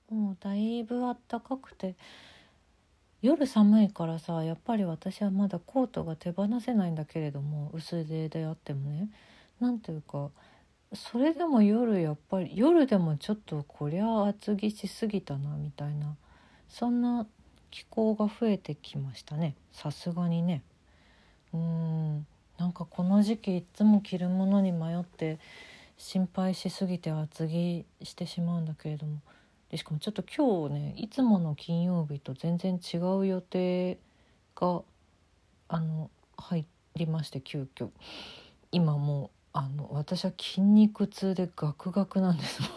もうだいぶ暖かくて、夜寒いからさ、やっぱり私はまだコートが手放せないんだけれども、薄手であってもね、なんていうか、それでも夜、やっぱり夜でもちょっとこりゃ厚着しすぎたなみたいな、そんな気候が増えてきましたね、さすがにね。なんかこの時期いつも着るものに迷って心配しすぎて厚着してしまうんだけれども、でしかもちょっと今日ね、いつもの金曜日と全然違う予定が入りまして、急遽今もう私は筋肉痛でガクガクなんです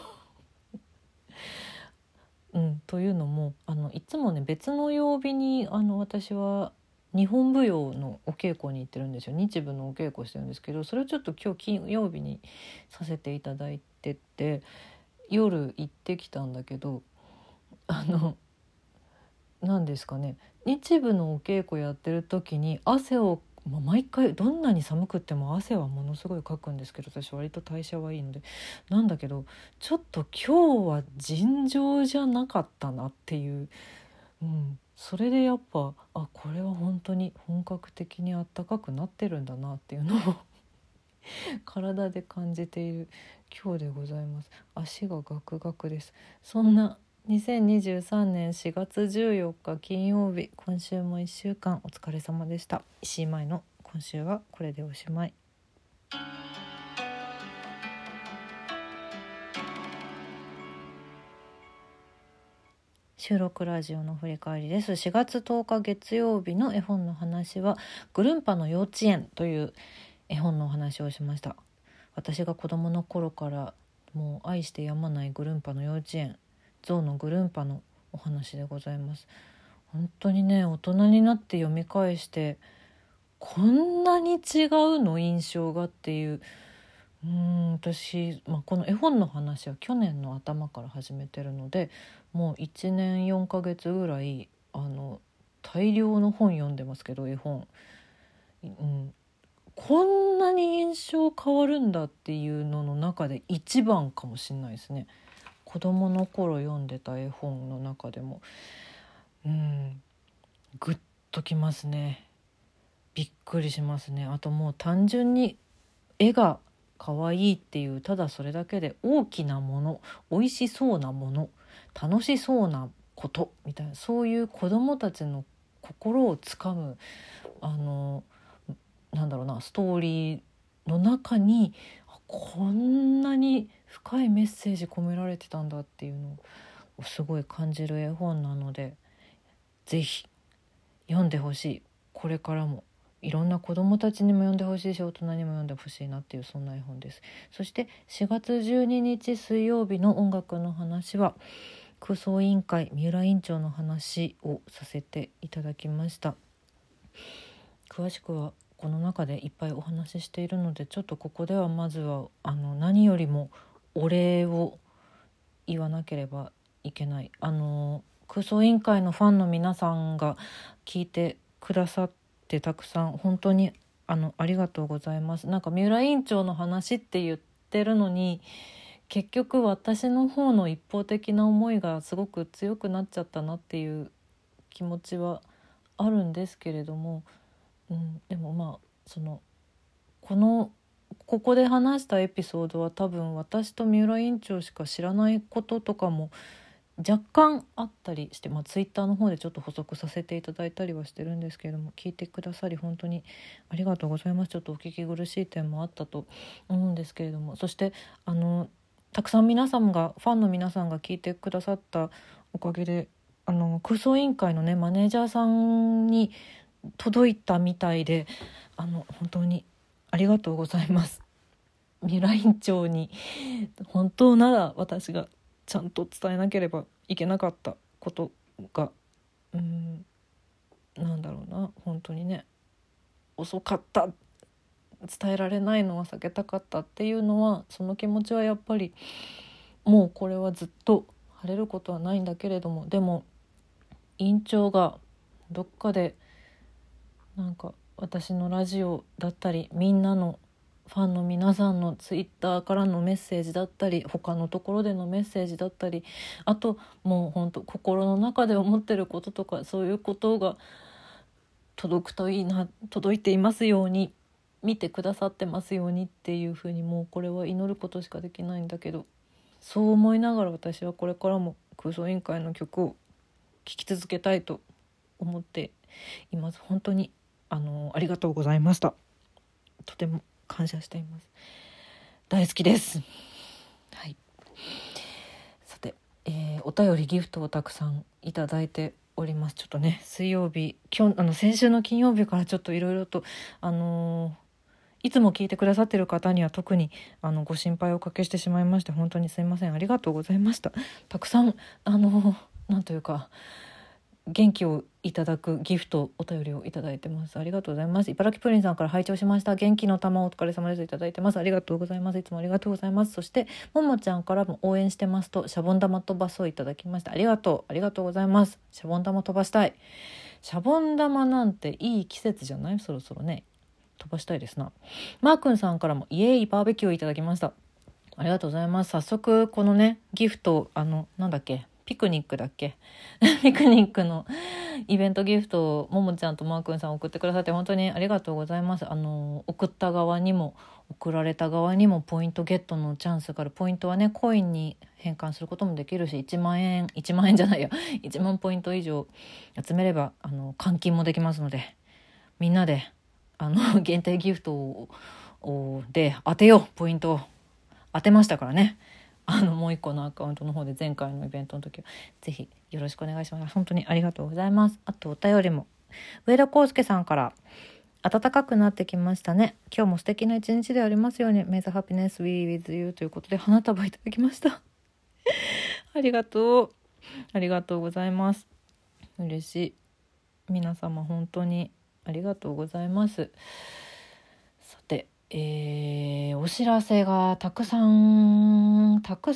というのもいつもね、別の曜日に私は日本舞踊のお稽古に行ってるんですよ。日舞のお稽古してるんですけど、それをちょっと今日金曜日にさせていただいてて、夜行ってきたんだけど、何ですかね、日舞のお稽古やってる時に汗を、毎回どんなに寒くっても汗はものすごいかくんですけど、私割と代謝はいいのでなんだけど、ちょっと今日は尋常じゃなかったなっていう、それでやっぱこれは本当に本格的に暖かくなってるんだなっていうのを体で感じている今日でございます。足がガクガクです。そんな2023年4月14日金曜日、今週も1週間お疲れ様でした。石井舞の今週はこれでおしまい。収録ラジオの振り返りです。4月10日月曜日の絵本の話は、ぐるんぱの幼稚園という絵本のお話をしました。私が子供の頃からもう愛してやまないぐるんぱの幼稚園、ゾウのぐるんぱのお話でございます。本当にね、大人になって読み返してこんなに違うの印象がっていう、私、この絵本の話は去年の頭から始めてるので、もう1年4ヶ月ぐらい大量の本読んでますけど、絵本、こんなに印象変わるんだっていうのの中で一番かもしれないですね。子供の頃読んでた絵本の中でもグッときますね。びっくりしますね。あともう単純に絵が可愛いっていう、ただそれだけで大きなもの、美味しそうなもの、楽しそうなことみたいな、そういう子どもたちの心をつかむストーリーの中にこんなに深いメッセージ込められてたんだっていうのをすごい感じる絵本なので、ぜひ読んでほしい。これからもいろんな子どもたちにも読んでほしいし、大人にも読んでほしいなっていう、そんな絵本です。そして4月12日水曜日の音楽の話は、空想委員会三浦委員長の話をさせていただきました。詳しくはこの中でいっぱいお話ししているので、ちょっとここではまずは何よりもお礼を言わなければいけない。空想委員会のファンの皆さんが聞いてくださってたくさん本当にありがとうございます。なんか三浦委員長の話って言ってるのに、結局私の方の一方的な思いがすごく強くなっちゃったなっていう気持ちはあるんですけれども、でもここで話したエピソードは多分私と三浦委員長しか知らないこととかも若干あったりして、ツイッターの方でちょっと補足させていただいたりはしてるんですけれども、聞いてくださり本当にありがとうございます。ちょっとお聞き苦しい点もあったと思うんですけれども、そしてたくさんファンの皆さんが聞いてくださったおかげで空想委員会のねマネージャーさんに届いたみたいで、本当にありがとうございます。三浦委員長に本当なら私がちゃんと伝えなければいけなかったことが本当にね、遅かった、伝えられないのは避けたかったっていうのは、その気持ちはやっぱりもうこれはずっと晴れることはないんだけれども、でも委員長がどっかで私のラジオだったりみんなのファンの皆さんのツイッターからのメッセージだったり、他のところでのメッセージだったり、あともう本当心の中で思ってることとか、そういうことが届くといいな、届いていますように、見てくださってますようにっていうふうに、もうこれは祈ることしかできないんだけど、そう思いながら私はこれからも空想委員会の曲を聴き続けたいと思っています。本当にありがとうございました。とても感謝しています。大好きです。はい。さて、お便りギフトをたくさんいただいております。ちょっとね、水曜日、先週の金曜日からちょっといろいろといつも聞いてくださっている方には特にご心配をおかけしてしまいまして、本当にすいません。ありがとうございました。たくさんなんというか元気をいただくギフト、お便りをいただいてます。ありがとうございます。茨城プリンさんから拝聴しました。元気の玉お疲れ様です、いただいてます。ありがとうございます。いつもありがとうございます。そしてももちゃんからも応援してますとシャボン玉飛ばそういただきました。ありがとうございます。シャボン玉飛ばしたい。シャボン玉なんていい季節じゃない？そろそろね、飛ばしたいですな。マー君さんからもイエーイバーベキューをいただきました。ありがとうございます。早速このねギフト、なんだっけ、ピクニックだっけピクニックのイベントギフトをももちゃんとマー君さん送ってくださって本当にありがとうございます。送った側にも送られた側にもポイントゲットのチャンスがある。ポイントはねコインに変換することもできるし、1万円じゃないや1万ポイント以上集めれば換金もできますので、みんなで限定ギフトで当てよう。ポイントを当てましたからね。もう一個のアカウントの方で前回のイベントの時はぜひよろしくお願いします。本当にありがとうございます。あとお便りも上田康介さんから、暖かくなってきましたね。今日も素敵な一日でありますように。May the happiness be with you ということで花束いただきましたありがとうございます。嬉しい。皆様本当にありがとうございます。さて、お知らせがたくさん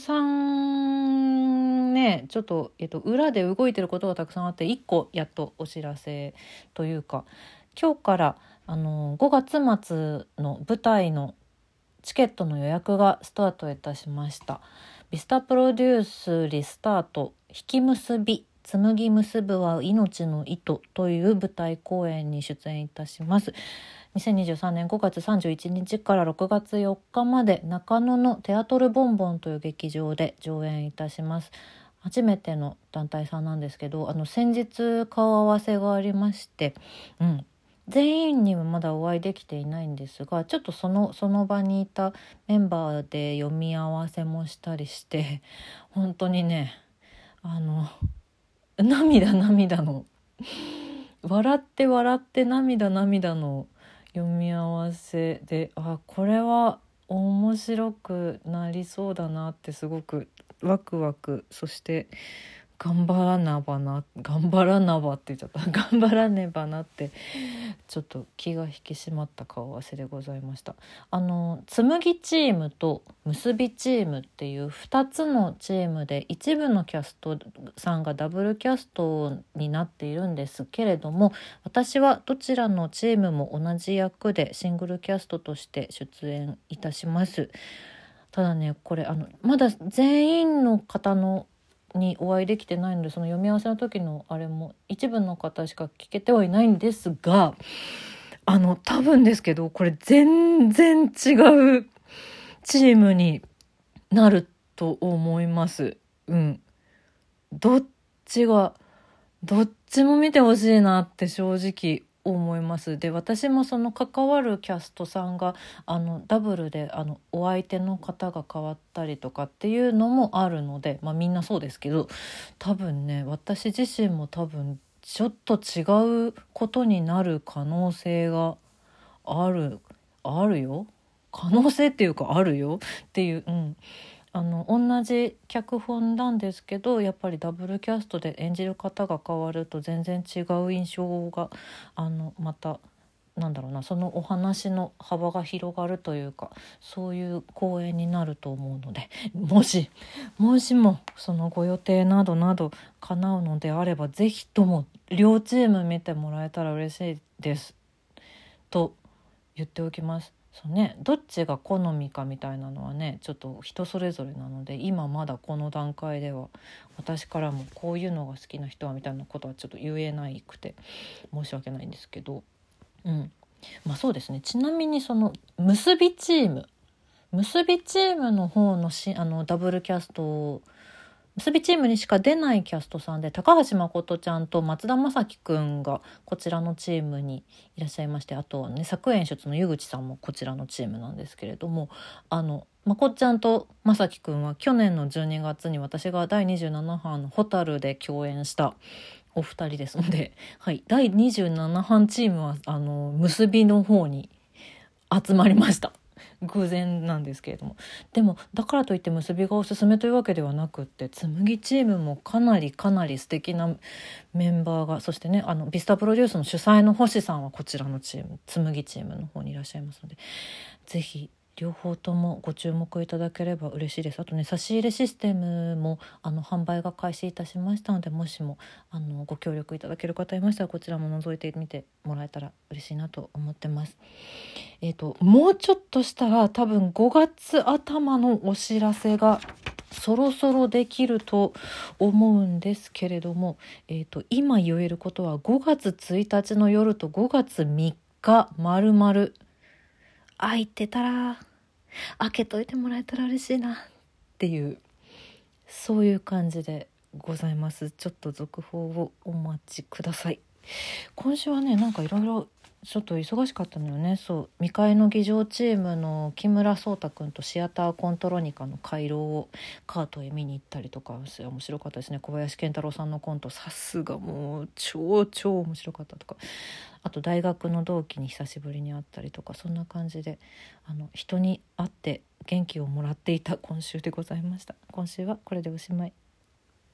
ね、ちょっと、裏で動いてることがたくさんあって、1個やっとお知らせというか、今日から5月末の舞台のチケットの予約がスタートいたしました。ビスタプロデュースリスタート引き結び紡ぎ結ぶは命の糸という舞台公演に出演いたします。2023年5月31日から6月4日まで中野のテアトルボンボンという劇場で上演いたします。初めての団体さんなんですけど、先日顔合わせがありまして、全員にはまだお会いできていないんですが、ちょっとその場にいたメンバーで読み合わせもしたりして、本当にね涙の笑って涙の読み合わせで、これは面白くなりそうだなってすごくワクワク、そして頑張らねばって言っちゃった頑張らねばなってちょっと気が引き締まった顔合わせでございました。紡ぎチームと結びチームっていう2つのチームで一部のキャストさんがダブルキャストになっているんですけれども、私はどちらのチームも同じ役でシングルキャストとして出演いたします。ただね、これまだ全員の方にお会いできてないので、その読み合わせの時のあれも一部の方しか聞けてはいないんですが、多分ですけどこれ全然違うチームになると思います。どっちも見てほしいなって正直思います。で、私もその関わるキャストさんがダブルでお相手の方が変わったりとかっていうのもあるので、みんなそうですけど、多分ね、私自身も多分ちょっと違うことになる可能性があるよ。可能性っていうかあるよっていう、同じ脚本なんですけど、やっぱりダブルキャストで演じる方が変わると全然違う印象がまたそのお話の幅が広がるというか、そういう公演になると思うので、もしもそのご予定など叶うのであれば、ぜひとも両チーム見てもらえたら嬉しいですと言っておきます。 そうね、どっちが好みかみたいなのはねちょっと人それぞれなので、今まだこの段階では私からもこういうのが好きな人はみたいなことはちょっと言えないくて申し訳ないんですけど、まあそうですね。ちなみにその結びチームの方のダブルキャスト、結びチームにしか出ないキャストさんで、高橋誠ちゃんと松田正樹くんがこちらのチームにいらっしゃいまして、あとね作演出の湯口さんもこちらのチームなんですけれども、まこっちゃんと正樹くんは去年の12月に私が第27版のホタルで共演したお二人ですので、はい、第27版チームは結びの方に集まりました。偶然なんですけれども、でもだからといって結びがおすすめというわけではなくって、紬チームもかなり素敵なメンバーが、そしてねビスタプロデュースの主催の星さんはこちらのチーム紬チームの方にいらっしゃいますので、ぜひ両方ともご注目いただければ嬉しいです。あとね差し入れシステムも販売が開始いたしましたので、もしもご協力いただける方いましたらこちらも覗いてみてもらえたら嬉しいなと思ってます。もうちょっとしたら多分5月頭のお知らせがそろそろできると思うんですけれども、今言えることは5月1日の夜と5月3日丸々空いてたら開けといてもらえたら嬉しいなっていう、そういう感じでございます。ちょっと続報をお待ちください。今週はねなんかいろいろちょっと忙しかったのよね。そう、未開の議場チームの木村壮太くんとシアターコントロニカの回廊をカートへ見に行ったりとか、面白かったですね。小林健太郎さんのコントさすがもう超面白かったとか、あと大学の同期に久しぶりに会ったりとか、そんな感じで人に会って元気をもらっていた今週でございました。今週はこれでおしまい。